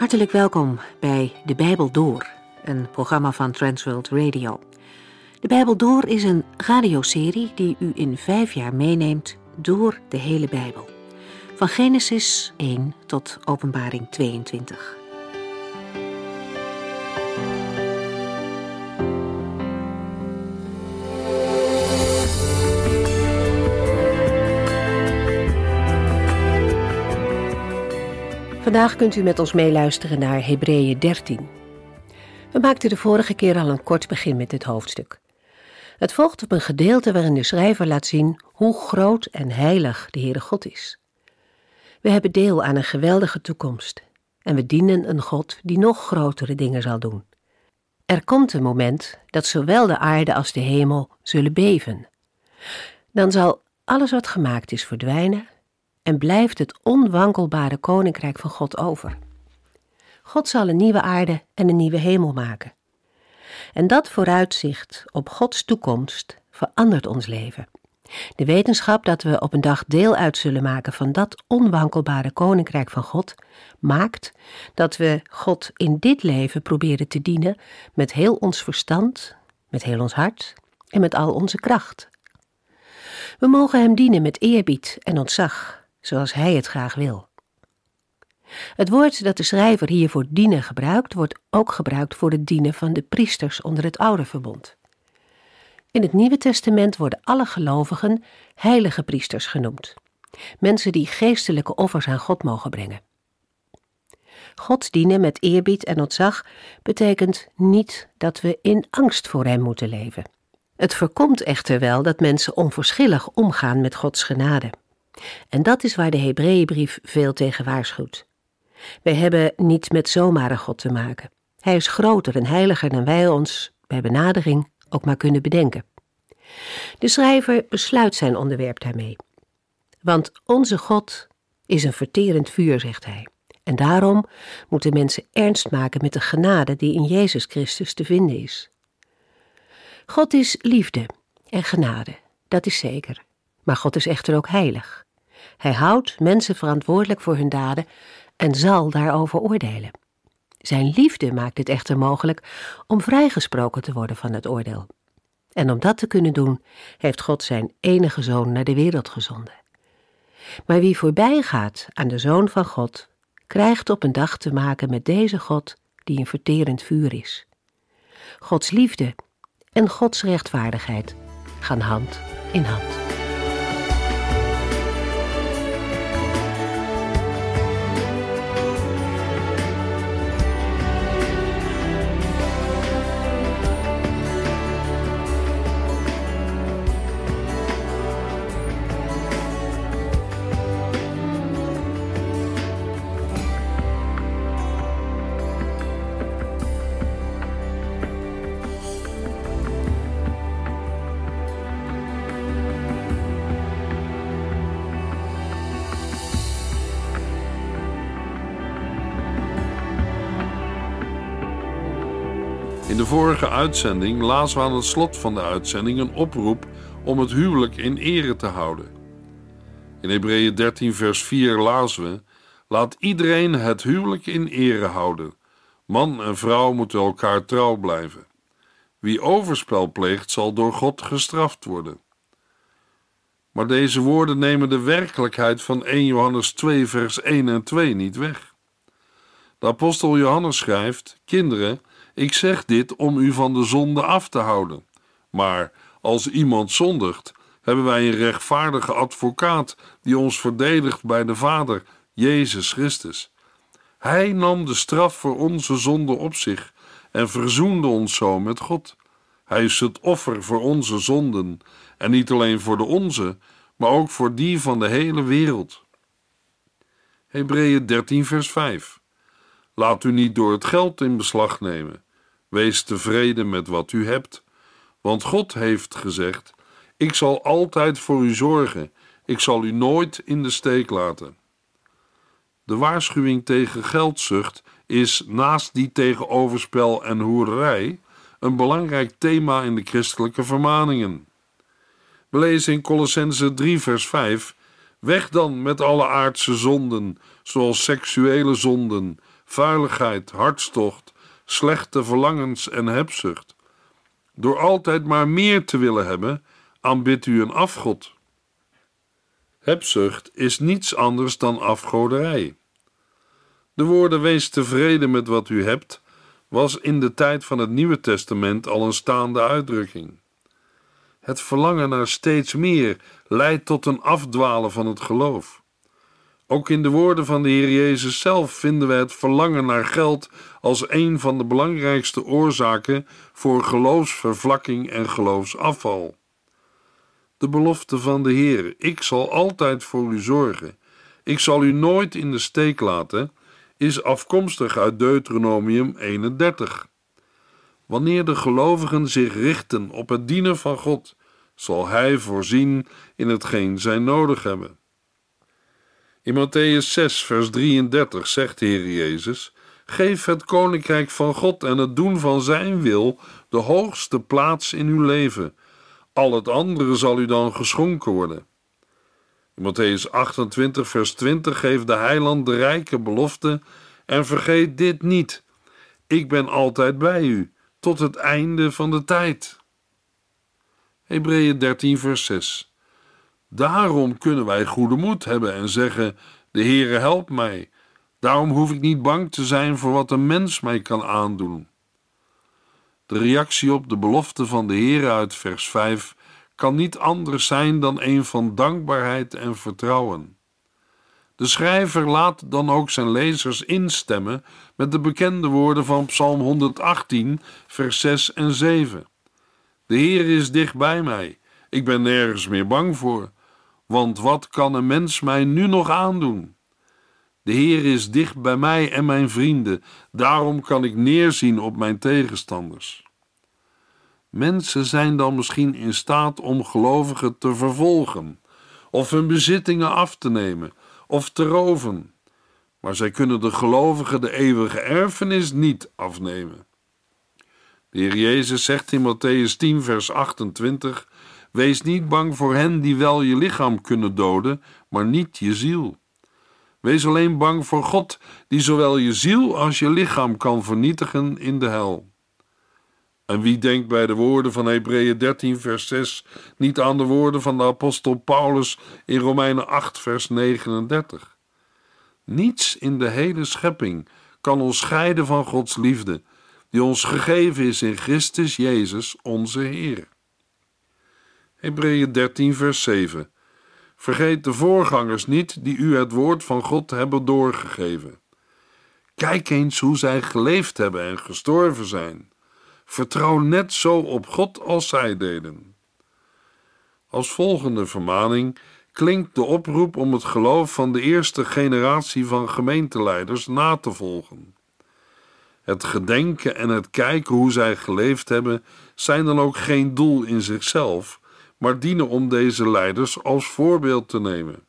Hartelijk welkom bij De Bijbel Door, een programma van Transworld Radio. De Bijbel Door is een radioserie die u in 5 jaar meeneemt door de hele Bijbel. Van Genesis 1 tot Openbaring 22. Vandaag kunt u met ons meeluisteren naar Hebreeën 13. We maakten de vorige keer al een kort begin met dit hoofdstuk. Het volgt op een gedeelte waarin de schrijver laat zien hoe groot en heilig de Heere God is. We hebben deel aan een geweldige toekomst en we dienen een God die nog grotere dingen zal doen. Er komt een moment dat zowel de aarde als de hemel zullen beven. Dan zal alles wat gemaakt is verdwijnen en blijft het onwankelbare koninkrijk van God over. God zal een nieuwe aarde en een nieuwe hemel maken. En dat vooruitzicht op Gods toekomst verandert ons leven. De wetenschap dat we op een dag deel uit zullen maken van dat onwankelbare koninkrijk van God, maakt dat we God in dit leven proberen te dienen met heel ons verstand, met heel ons hart en met al onze kracht. We mogen hem dienen met eerbied en ontzag, zoals hij het graag wil. Het woord dat de schrijver hier voor dienen gebruikt, wordt ook gebruikt voor het dienen van de priesters onder het oude verbond. In het Nieuwe Testament worden alle gelovigen heilige priesters genoemd. Mensen die geestelijke offers aan God mogen brengen. God dienen met eerbied en ontzag betekent niet dat we in angst voor hem moeten leven. Het voorkomt echter wel dat mensen onverschillig omgaan met Gods genade. En dat is waar de Hebreeënbrief veel tegen waarschuwt. Wij hebben niet met zomaar een God te maken. Hij is groter en heiliger dan wij ons bij benadering ook maar kunnen bedenken. De schrijver besluit zijn onderwerp daarmee. Want onze God is een verterend vuur, zegt hij. En daarom moeten mensen ernst maken met de genade die in Jezus Christus te vinden is. God is liefde en genade, dat is zeker. Maar God is echter ook heilig. Hij houdt mensen verantwoordelijk voor hun daden en zal daarover oordelen. Zijn liefde maakt het echter mogelijk om vrijgesproken te worden van het oordeel. En om dat te kunnen doen, heeft God zijn enige zoon naar de wereld gezonden. Maar wie voorbij gaat aan de Zoon van God, krijgt op een dag te maken met deze God die een verterend vuur is. Gods liefde en Gods rechtvaardigheid gaan hand in hand. In de vorige uitzending lazen we aan het slot van de uitzending een oproep om het huwelijk in ere te houden. In Hebreeën 13 vers 4 lazen we: laat iedereen het huwelijk in ere houden. Man en vrouw moeten elkaar trouw blijven. Wie overspel pleegt zal door God gestraft worden. Maar deze woorden nemen de werkelijkheid van 1 Johannes 2 vers 1 en 2 niet weg. De apostel Johannes schrijft: kinderen, ik zeg dit om u van de zonde af te houden. Maar als iemand zondigt, hebben wij een rechtvaardige advocaat die ons verdedigt bij de Vader, Jezus Christus. Hij nam de straf voor onze zonde op zich en verzoende ons zo met God. Hij is het offer voor onze zonden en niet alleen voor de onze, maar ook voor die van de hele wereld. Hebreeën 13 vers 5. Laat u niet door het geld in beslag nemen. Wees tevreden met wat u hebt. Want God heeft gezegd: ik zal altijd voor u zorgen. Ik zal u nooit in de steek laten. De waarschuwing tegen geldzucht is naast die tegen overspel en hoererij een belangrijk thema in de christelijke vermaningen. We lezen in Kolossenzen 3 vers 5: weg dan met alle aardse zonden, zoals seksuele zonden, vuiligheid, hartstocht, slechte verlangens en hebzucht. Door altijd maar meer te willen hebben, aanbidt u een afgod. Hebzucht is niets anders dan afgoderij. De woorden wees tevreden met wat u hebt was in de tijd van het Nieuwe Testament al een staande uitdrukking. Het verlangen naar steeds meer leidt tot een afdwalen van het geloof. Ook in de woorden van de Heer Jezus zelf vinden we het verlangen naar geld als een van de belangrijkste oorzaken voor geloofsvervlakking en geloofsafval. De belofte van de Heer, ik zal altijd voor u zorgen, ik zal u nooit in de steek laten, is afkomstig uit Deuteronomium 31. Wanneer de gelovigen zich richten op het dienen van God, zal Hij voorzien in hetgeen zij nodig hebben. In Mattheüs 6, vers 33 zegt de Heer Jezus: geef het koninkrijk van God en het doen van zijn wil de hoogste plaats in uw leven. Al het andere zal u dan geschonken worden. In Mattheüs 28, vers 20 geeft de heiland de rijke belofte: en vergeet dit niet, ik ben altijd bij u, tot het einde van de tijd. Hebreeën 13, vers 6. Daarom kunnen wij goede moed hebben en zeggen: de Heere helpt mij. Daarom hoef ik niet bang te zijn voor wat een mens mij kan aandoen. De reactie op de belofte van de Heere uit vers 5 kan niet anders zijn dan een van dankbaarheid en vertrouwen. De schrijver laat dan ook zijn lezers instemmen met de bekende woorden van Psalm 118, vers 6 en 7. De Heer is dicht bij mij, ik ben nergens meer bang voor, want wat kan een mens mij nu nog aandoen? De Heer is dicht bij mij en mijn vrienden, daarom kan ik neerzien op mijn tegenstanders. Mensen zijn dan misschien in staat om gelovigen te vervolgen, of hun bezittingen af te nemen, of te roven. Maar zij kunnen de gelovigen de eeuwige erfenis niet afnemen. De Heer Jezus zegt in Mattheüs 10, vers 28: wees niet bang voor hen die wel je lichaam kunnen doden, maar niet je ziel. Wees alleen bang voor God, die zowel je ziel als je lichaam kan vernietigen in de hel. En wie denkt bij de woorden van Hebreeën 13, vers 6 niet aan de woorden van de apostel Paulus in Romeinen 8, vers 39? Niets in de hele schepping kan ons scheiden van Gods liefde, die ons gegeven is in Christus Jezus, onze Heer. Hebreeën 13, vers 7. Vergeet de voorgangers niet die u het woord van God hebben doorgegeven. Kijk eens hoe zij geleefd hebben en gestorven zijn. Vertrouw net zo op God als zij deden. Als volgende vermaning klinkt de oproep om het geloof van de eerste generatie van gemeenteleiders na te volgen. Het gedenken en het kijken hoe zij geleefd hebben zijn dan ook geen doel in zichzelf, maar dienen om deze leiders als voorbeeld te nemen.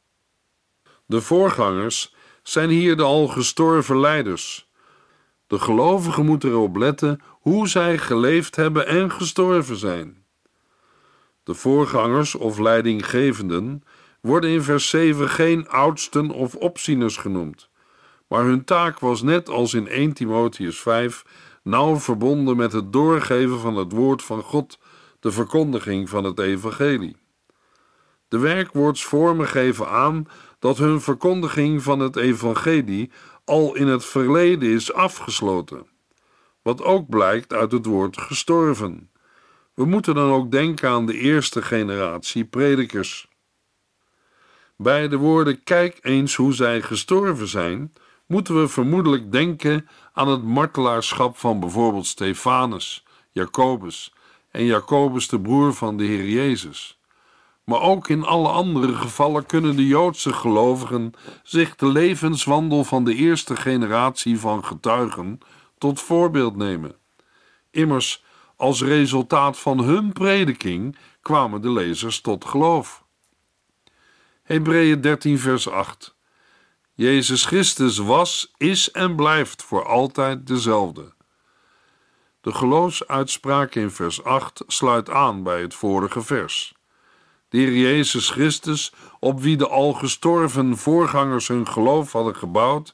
De voorgangers zijn hier de al gestorven leiders. De gelovigen moeten erop letten hoe zij geleefd hebben en gestorven zijn. De voorgangers of leidinggevenden worden in vers 7 geen oudsten of opzieners genoemd, maar hun taak was net als in 1 Timotheüs 5 nauw verbonden met het doorgeven van het woord van God, de verkondiging van het evangelie. De werkwoordsvormen geven aan dat hun verkondiging van het evangelie al in het verleden is afgesloten, wat ook blijkt uit het woord gestorven. We moeten dan ook denken aan de eerste generatie predikers. Bij de woorden kijk eens hoe zij gestorven zijn, moeten we vermoedelijk denken aan het martelaarschap van bijvoorbeeld Stefanus, Jacobus en Jacobus de broer van de Heer Jezus. Maar ook in alle andere gevallen kunnen de Joodse gelovigen zich de levenswandel van de eerste generatie van getuigen tot voorbeeld nemen. Immers, als resultaat van hun prediking kwamen de lezers tot geloof. Hebreeën 13 vers 8. Jezus Christus was, is en blijft voor altijd dezelfde. De geloofsuitspraak in vers 8 sluit aan bij het vorige vers. De Heer Jezus Christus, op wie de al gestorven voorgangers hun geloof hadden gebouwd,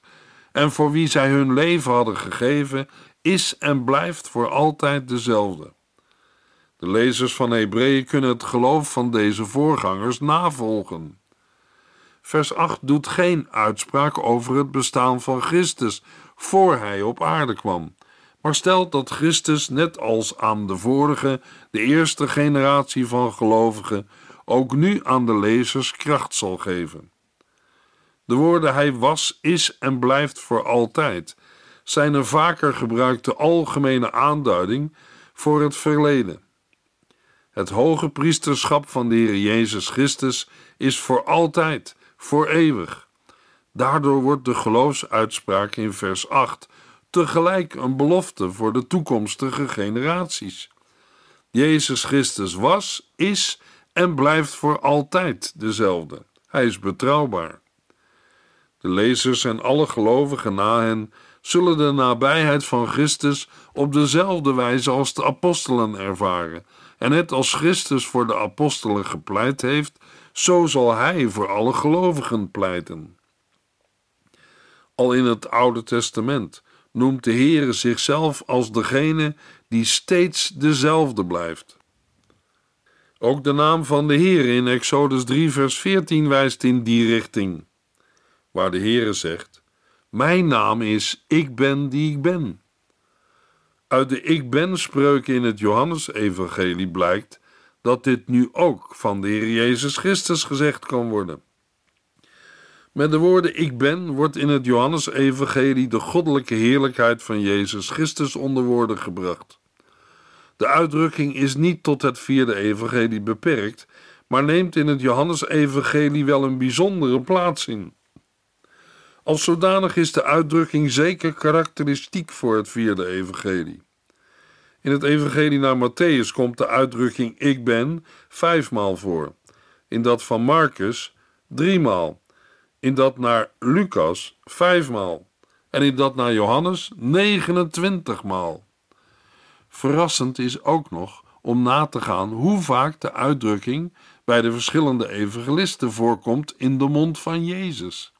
en voor wie zij hun leven hadden gegeven, is en blijft voor altijd dezelfde. De lezers van Hebreeën kunnen het geloof van deze voorgangers navolgen. Vers 8 doet geen uitspraak over het bestaan van Christus voor hij op aarde kwam, maar stelt dat Christus, net als aan de vorige, de eerste generatie van gelovigen, ook nu aan de lezers kracht zal geven. De woorden hij was, is en blijft voor altijd zijn een vaker gebruikte algemene aanduiding voor het verleden. Het hoge priesterschap van de Heer Jezus Christus is voor altijd, voor eeuwig. Daardoor wordt de geloofsuitspraak in vers 8 tegelijk een belofte voor de toekomstige generaties. Jezus Christus was, is en blijft voor altijd dezelfde. Hij is betrouwbaar. De lezers en alle gelovigen na hen zullen de nabijheid van Christus op dezelfde wijze als de apostelen ervaren. En net als Christus voor de apostelen gepleit heeft, zo zal hij voor alle gelovigen pleiten. Al in het Oude Testament noemt de Heere zichzelf als degene die steeds dezelfde blijft. Ook de naam van de Heere in Exodus 3 vers 14 wijst in die richting, waar de Heere zegt: mijn naam is Ik ben die ik ben. Uit de Ik ben spreuken in het Johannesevangelie blijkt dat dit nu ook van de Heer Jezus Christus gezegd kan worden. Met de woorden Ik ben wordt in het Johannesevangelie de goddelijke heerlijkheid van Jezus Christus onder woorden gebracht. De uitdrukking is niet tot het 4e evangelie beperkt, maar neemt in het Johannesevangelie wel een bijzondere plaats in. Als zodanig is de uitdrukking zeker karakteristiek voor het 4e evangelie. In het evangelie naar Mattheüs komt de uitdrukking Ik ben 5 maal voor, in dat van Marcus 3 maal, in dat naar Lucas 5 maal en in dat naar Johannes 29 maal. Verrassend is ook nog om na te gaan hoe vaak de uitdrukking bij de verschillende evangelisten voorkomt in de mond van Jezus.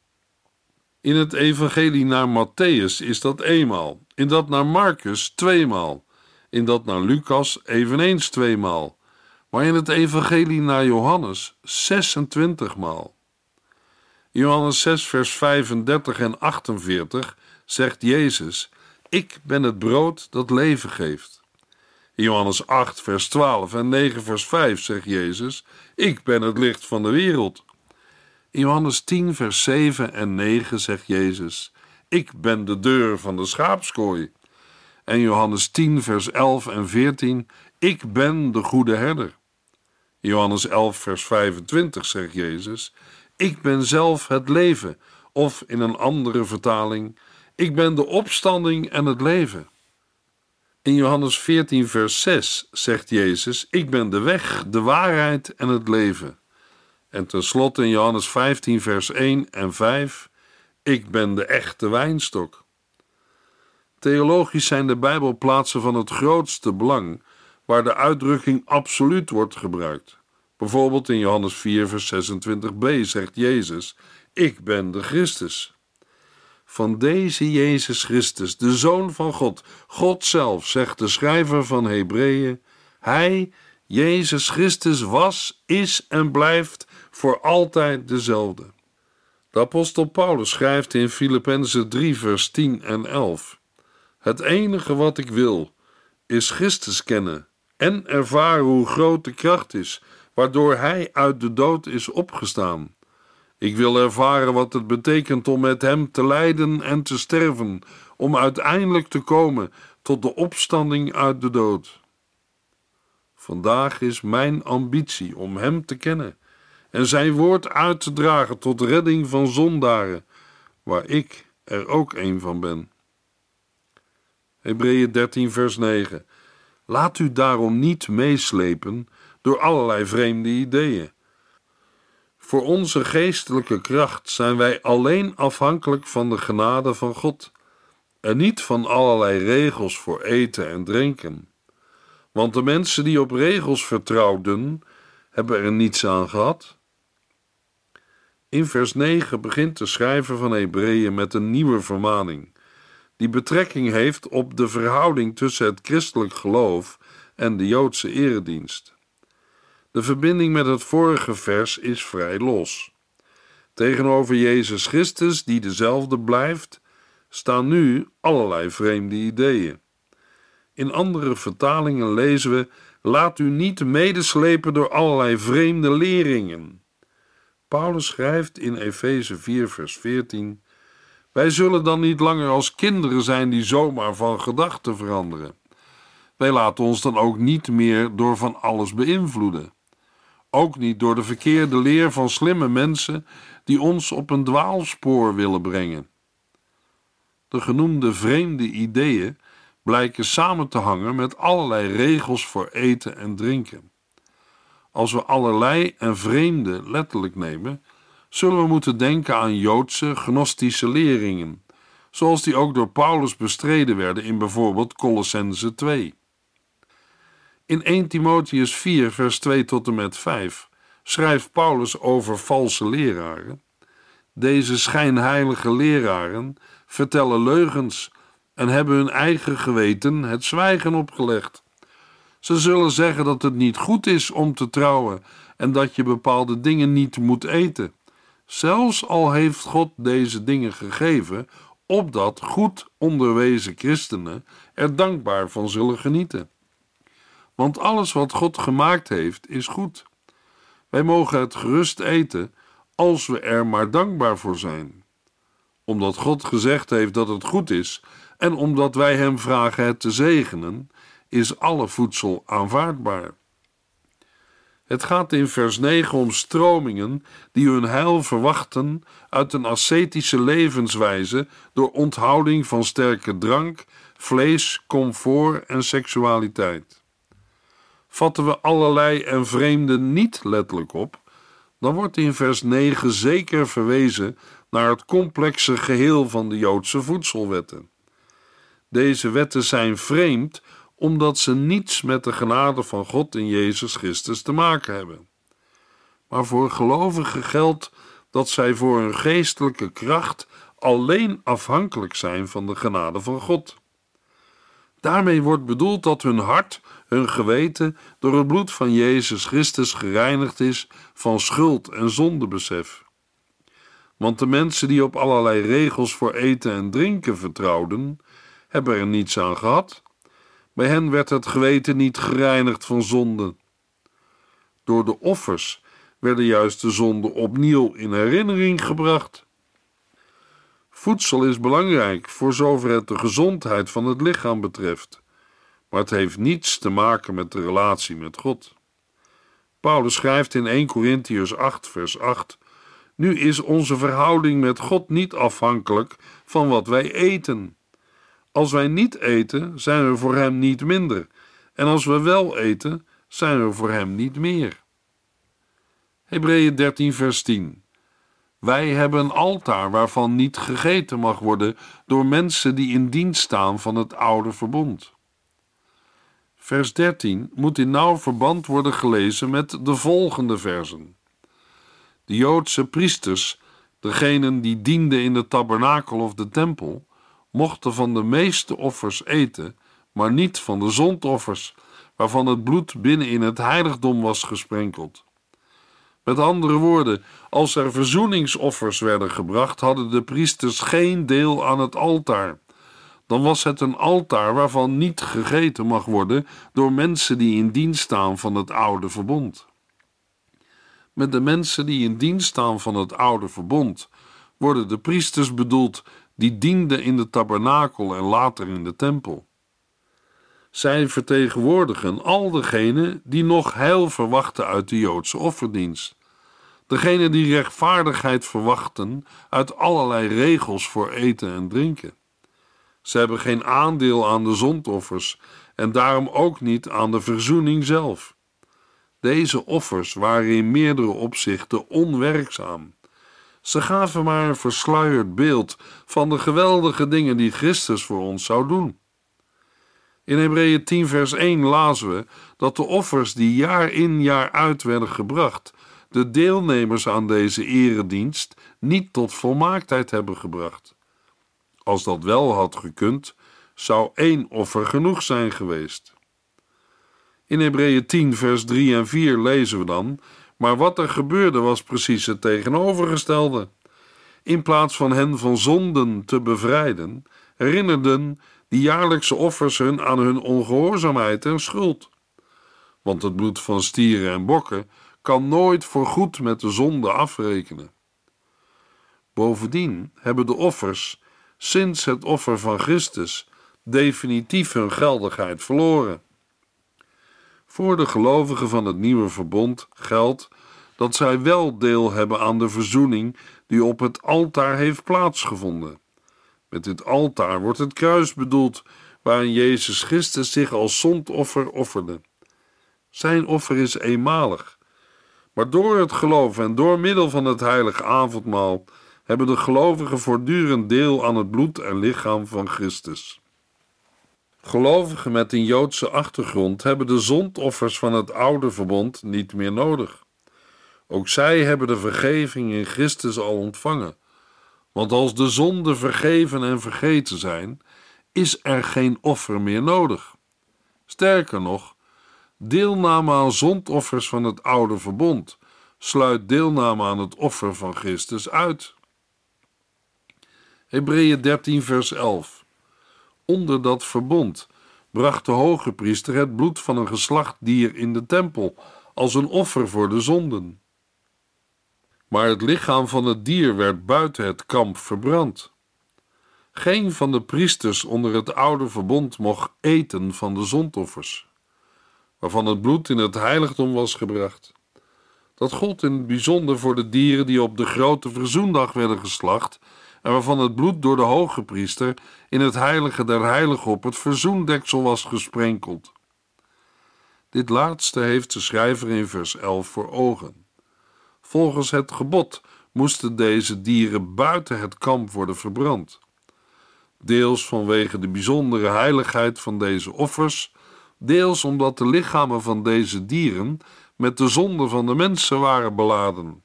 In het evangelie naar Mattheüs is dat 1 maal, in dat naar Marcus 2 maal, in dat naar Lucas eveneens 2 maal, maar in het evangelie naar Johannes 26 maal. In Johannes 6 vers 35 en 48 zegt Jezus: Ik ben het brood dat leven geeft. In Johannes 8 vers 12 en 9 vers 5 zegt Jezus: Ik ben het licht van de wereld. In Johannes 10 vers 7 en 9 zegt Jezus: Ik ben de deur van de schaapskooi. En Johannes 10 vers 11 en 14: Ik ben de goede herder. In Johannes 11 vers 25 zegt Jezus: Ik ben zelf het leven. Of in een andere vertaling: Ik ben de opstanding en het leven. In Johannes 14 vers 6 zegt Jezus: Ik ben de weg, de waarheid en het leven. En tenslotte in Johannes 15 vers 1 en 5: Ik ben de echte wijnstok. Theologisch zijn de Bijbelplaatsen van het grootste belang, waar de uitdrukking absoluut wordt gebruikt. Bijvoorbeeld in Johannes 4 vers 26b zegt Jezus: Ik ben de Christus. Van deze Jezus Christus, de Zoon van God, God zelf, zegt de schrijver van Hebreeën: Hij, Jezus Christus, was, is en blijft voor altijd dezelfde. De apostel Paulus schrijft in Filippenzen 3 vers 10 en 11: Het enige wat ik wil, is Christus kennen en ervaren hoe groot de kracht is, waardoor Hij uit de dood is opgestaan. Ik wil ervaren wat het betekent om met Hem te lijden en te sterven, om uiteindelijk te komen tot de opstanding uit de dood. Vandaag is mijn ambitie om Hem te kennen en Zijn woord uit te dragen tot redding van zondaren, waar ik er ook een van ben. Hebreeën 13 vers 9: Laat u daarom niet meeslepen door allerlei vreemde ideeën. Voor onze geestelijke kracht zijn wij alleen afhankelijk van de genade van God en niet van allerlei regels voor eten en drinken. Want de mensen die op regels vertrouwden, hebben er niets aan gehad. In vers 9 begint de schrijver van Hebreeën met een nieuwe vermaning, die betrekking heeft op de verhouding tussen het christelijk geloof en de Joodse eredienst. De verbinding met het vorige vers is vrij los. Tegenover Jezus Christus, die dezelfde blijft, staan nu allerlei vreemde ideeën. In andere vertalingen lezen we: laat u niet medeslepen door allerlei vreemde leringen. Paulus schrijft in Efeze 4 vers 14: wij zullen dan niet langer als kinderen zijn die zomaar van gedachten veranderen. Wij laten ons dan ook niet meer door van alles beïnvloeden. Ook niet door de verkeerde leer van slimme mensen die ons op een dwaalspoor willen brengen. De genoemde vreemde ideeën blijken samen te hangen met allerlei regels voor eten en drinken. Als we allerlei en vreemde letterlijk nemen, zullen we moeten denken aan Joodse gnostische leringen, zoals die ook door Paulus bestreden werden in bijvoorbeeld Kolossenzen 2. In 1 Timotheüs 4 vers 2 tot en met 5 schrijft Paulus over valse leraren. Deze schijnheilige leraren vertellen leugens en hebben hun eigen geweten het zwijgen opgelegd. Ze zullen zeggen dat het niet goed is om te trouwen en dat je bepaalde dingen niet moet eten, zelfs al heeft God deze dingen gegeven, opdat goed onderwezen christenen er dankbaar van zullen genieten. Want alles wat God gemaakt heeft, is goed. Wij mogen het gerust eten, als we er maar dankbaar voor zijn. Omdat God gezegd heeft dat het goed is, en omdat wij hem vragen het te zegenen, is alle voedsel aanvaardbaar. Het gaat in vers 9 om stromingen die hun heil verwachten uit een ascetische levenswijze door onthouding van sterke drank, vlees, comfort en seksualiteit. Vatten we allerlei en vreemde niet letterlijk op, dan wordt in vers 9 zeker verwezen naar het complexe geheel van de Joodse voedselwetten. Deze wetten zijn vreemd omdat ze niets met de genade van God in Jezus Christus te maken hebben. Maar voor gelovigen geldt dat zij voor hun geestelijke kracht alleen afhankelijk zijn van de genade van God. Daarmee wordt bedoeld dat hun hart, hun geweten, door het bloed van Jezus Christus gereinigd is van schuld en zondebesef. Want de mensen die op allerlei regels voor eten en drinken vertrouwden, hebben er niets aan gehad. Bij hen werd het geweten niet gereinigd van zonde. Door de offers werden juist de zonden opnieuw in herinnering gebracht. Voedsel is belangrijk voor zover het de gezondheid van het lichaam betreft, maar het heeft niets te maken met de relatie met God. Paulus schrijft in 1 Korintiërs 8 vers 8: nu is onze verhouding met God niet afhankelijk van wat wij eten. Als wij niet eten, zijn we voor hem niet minder, en als we wel eten, zijn we voor hem niet meer. Hebreeën 13 vers 10: wij hebben een altaar waarvan niet gegeten mag worden door mensen die in dienst staan van het oude verbond. Vers 13 moet in nauw verband worden gelezen met de volgende versen. De Joodse priesters, degenen die dienden in de tabernakel of de tempel, mochten van de meeste offers eten, maar niet van de zondoffers, waarvan het bloed binnen in het heiligdom was gesprenkeld. Met andere woorden, als er verzoeningsoffers werden gebracht, hadden de priesters geen deel aan het altaar. Dan was het een altaar waarvan niet gegeten mag worden door mensen die in dienst staan van het oude verbond. Met de mensen die in dienst staan van het oude verbond worden de priesters bedoeld die dienden in de tabernakel en later in de tempel. Zij vertegenwoordigen al degenen die nog heil verwachten uit de Joodse offerdienst. Degenen die rechtvaardigheid verwachten uit allerlei regels voor eten en drinken. Ze hebben geen aandeel aan de zondoffers en daarom ook niet aan de verzoening zelf. Deze offers waren in meerdere opzichten onwerkzaam. Ze gaven maar een versluierd beeld van de geweldige dingen die Christus voor ons zou doen. In Hebreeën 10 vers 1 lazen we dat de offers die jaar in jaar uit werden gebracht de deelnemers aan deze eredienst niet tot volmaaktheid hebben gebracht. Als dat wel had gekund, zou 1 offer genoeg zijn geweest. In Hebreeën 10 vers 3 en 4 lezen we dan: maar wat er gebeurde was precies het tegenovergestelde. In plaats van hen van zonden te bevrijden, herinnerden die jaarlijkse offers hun aan hun ongehoorzaamheid en schuld. Want het bloed van stieren en bokken kan nooit voorgoed met de zonde afrekenen. Bovendien hebben de offers sinds het offer van Christus definitief hun geldigheid verloren. Voor de gelovigen van het nieuwe verbond geldt dat zij wel deel hebben aan de verzoening die op het altaar heeft plaatsgevonden. Met dit altaar wordt het kruis bedoeld, waarin Jezus Christus zich als zondoffer offerde. Zijn offer is eenmalig, maar door het geloof en door middel van het heilige avondmaal hebben de gelovigen voortdurend deel aan het bloed en lichaam van Christus. Gelovigen met een Joodse achtergrond hebben de zondoffers van het oude verbond niet meer nodig. Ook zij hebben de vergeving in Christus al ontvangen. Want als de zonden vergeven en vergeten zijn, is er geen offer meer nodig. Sterker nog, deelname aan zondoffers van het oude verbond sluit deelname aan het offer van Christus uit. Hebreeën 13 vers 11. Onder dat verbond bracht de hoge priester het bloed van een geslacht dier in de tempel als een offer voor de zonden. Maar het lichaam van het dier werd buiten het kamp verbrand. Geen van de priesters onder het oude verbond mocht eten van de zondoffers, waarvan het bloed in het heiligdom was gebracht. Dat gold in het bijzonder voor de dieren die op de grote verzoendag werden geslacht en waarvan het bloed door de hoge priester in het heilige der heiligen op het verzoendeksel was gesprenkeld. Dit laatste heeft de schrijver in vers 11 voor ogen. Volgens het gebod moesten deze dieren buiten het kamp worden verbrand. Deels vanwege de bijzondere heiligheid van deze offers, deels omdat de lichamen van deze dieren met de zonde van de mensen waren beladen.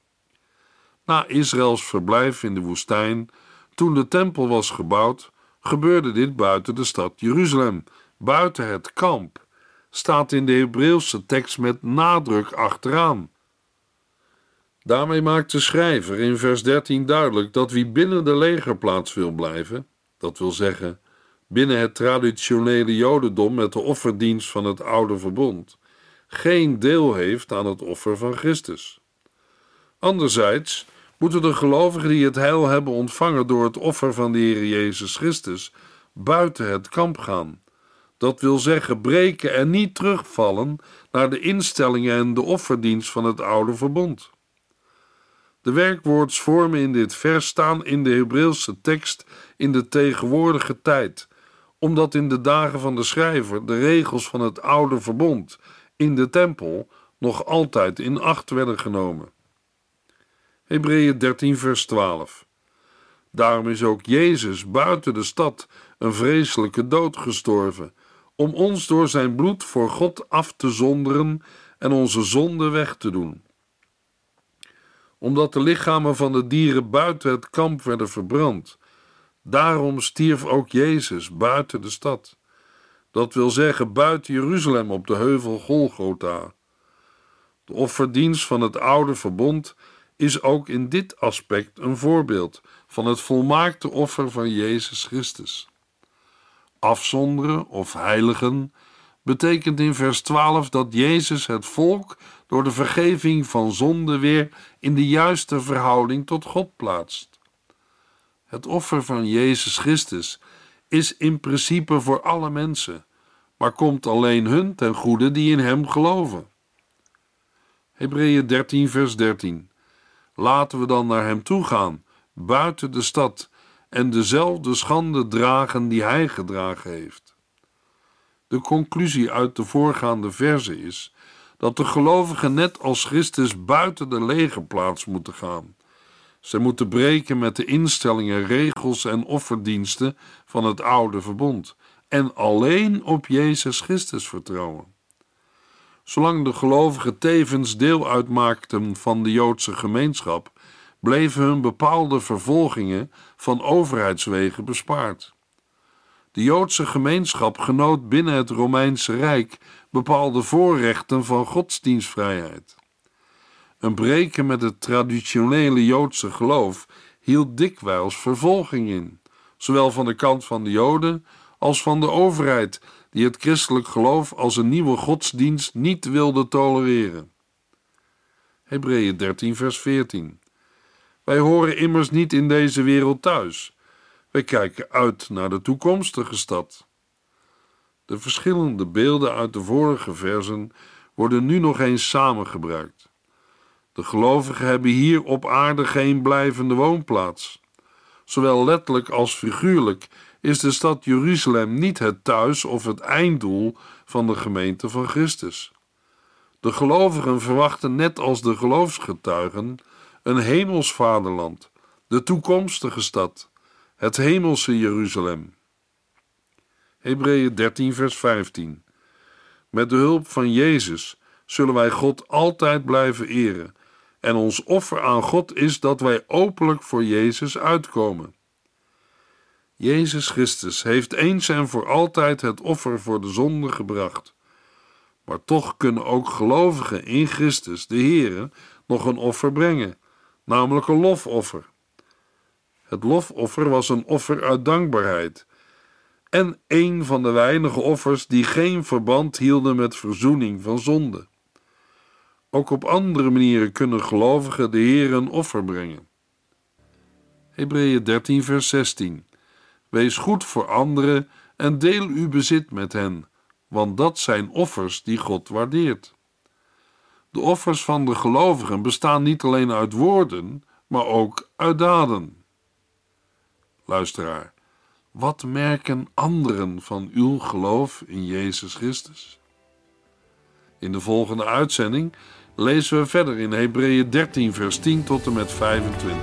Na Israëls verblijf in de woestijn, toen de tempel was gebouwd, gebeurde dit buiten de stad Jeruzalem, buiten het kamp, staat in de Hebreeuwse tekst met nadruk achteraan. Daarmee maakt de schrijver in vers 13 duidelijk dat wie binnen de legerplaats wil blijven, dat wil zeggen binnen het traditionele Jodendom met de offerdienst van het oude verbond, geen deel heeft aan het offer van Christus. Anderzijds moeten de gelovigen die het heil hebben ontvangen door het offer van de Heer Jezus Christus buiten het kamp gaan. Dat wil zeggen breken en niet terugvallen naar de instellingen en de offerdienst van het oude verbond. De werkwoordsvormen in dit vers staan in de Hebreeuwse tekst in de tegenwoordige tijd, omdat in de dagen van de schrijver de regels van het oude verbond in de tempel nog altijd in acht werden genomen. Hebreeën 13 vers 12. Daarom is ook Jezus buiten de stad een vreselijke dood gestorven, om ons door zijn bloed voor God af te zonderen en onze zonde weg te doen. Omdat de lichamen van de dieren buiten het kamp werden verbrand, daarom stierf ook Jezus buiten de stad. Dat wil zeggen buiten Jeruzalem op de heuvel Golgotha. De offerdienst van het oude verbond is ook in dit aspect een voorbeeld van het volmaakte offer van Jezus Christus. Afzonderen of heiligen betekent in vers 12 dat Jezus het volk door de vergeving van zonde weer in de juiste verhouding tot God plaatst. Het offer van Jezus Christus is in principe voor alle mensen, maar komt alleen hun ten goede die in hem geloven. Hebreeën 13 vers 13. Laten we dan naar hem toe gaan, buiten de stad, en dezelfde schande dragen die hij gedragen heeft. De conclusie uit de voorgaande verse is dat de gelovigen net als Christus buiten de legerplaats moeten gaan. Zij moeten breken met de instellingen, regels en offerdiensten van het oude verbond en alleen op Jezus Christus vertrouwen. Zolang de gelovigen tevens deel uitmaakten van de Joodse gemeenschap, bleven hun bepaalde vervolgingen van overheidswegen bespaard. De Joodse gemeenschap genoot binnen het Romeinse Rijk bepaalde voorrechten van godsdienstvrijheid. Een breken met het traditionele Joodse geloof hield dikwijls vervolging in, zowel van de kant van de Joden als van de overheid, die het christelijk geloof als een nieuwe godsdienst niet wilde tolereren. Hebreeën 13 vers 14. Wij horen immers niet in deze wereld thuis. Wij kijken uit naar de toekomstige stad. De verschillende beelden uit de vorige versen worden nu nog eens samengebruikt. De gelovigen hebben hier op aarde geen blijvende woonplaats. Zowel letterlijk als figuurlijk is de stad Jeruzalem niet het thuis of het einddoel van de gemeente van Christus. De gelovigen verwachten net als de geloofsgetuigen een hemels vaderland, de toekomstige stad, het hemelse Jeruzalem. Hebreeën 13 vers 15. Met de hulp van Jezus zullen wij God altijd blijven eren, en ons offer aan God is dat wij openlijk voor Jezus uitkomen. Jezus Christus heeft eens en voor altijd het offer voor de zonde gebracht. Maar toch kunnen ook gelovigen in Christus, de Heere, nog een offer brengen, namelijk een lofoffer. Het lofoffer was een offer uit dankbaarheid en een van de weinige offers die geen verband hielden met verzoening van zonde. Ook op andere manieren kunnen gelovigen de Heere een offer brengen. Hebreeën 13 vers 16. Wees goed voor anderen en deel uw bezit met hen, want dat zijn offers die God waardeert. De offers van de gelovigen bestaan niet alleen uit woorden, maar ook uit daden. Luisteraar, wat merken anderen van uw geloof in Jezus Christus? In de volgende uitzending lezen we verder in Hebreeën 13 vers 10 tot en met 25.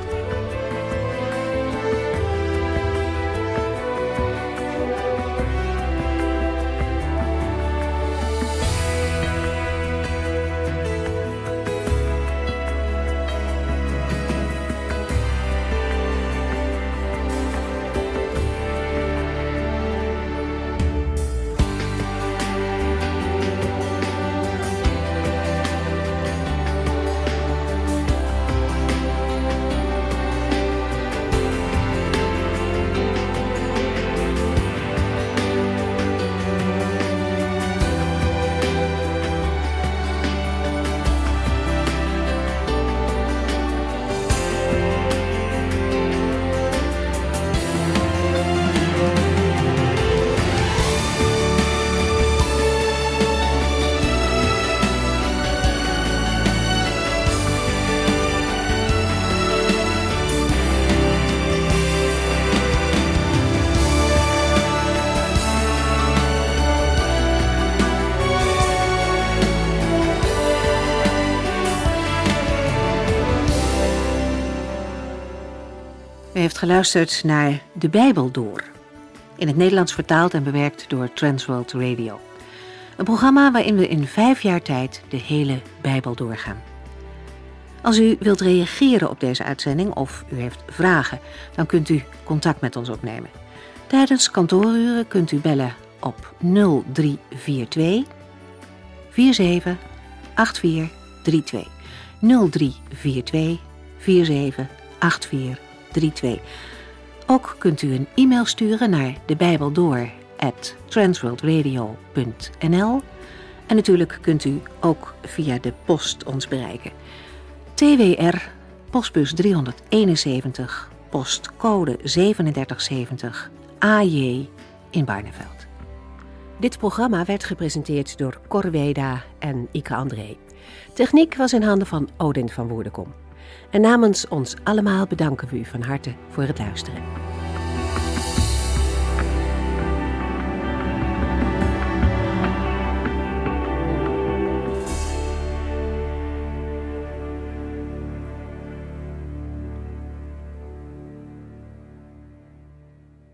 U heeft geluisterd naar De Bijbel Door. In het Nederlands vertaald en bewerkt door Transworld Radio. Een programma waarin we in 5 jaar tijd de hele Bijbel doorgaan. Als u wilt reageren op deze uitzending of u heeft vragen, dan kunt u contact met ons opnemen. Tijdens kantooruren kunt u bellen op 0342 47 8432. 0342 47 8432. Ook kunt u een e-mail sturen naar debijbeldoor@transworldradio.nl en natuurlijk kunt u ook via de post ons bereiken. TWR, postbus 371, postcode 3770, AJ in Barneveld. Dit programma werd gepresenteerd door Cor Weda en Ike André. Techniek was in handen van Odin van Woerdenkom. En namens ons allemaal bedanken we u van harte voor het luisteren.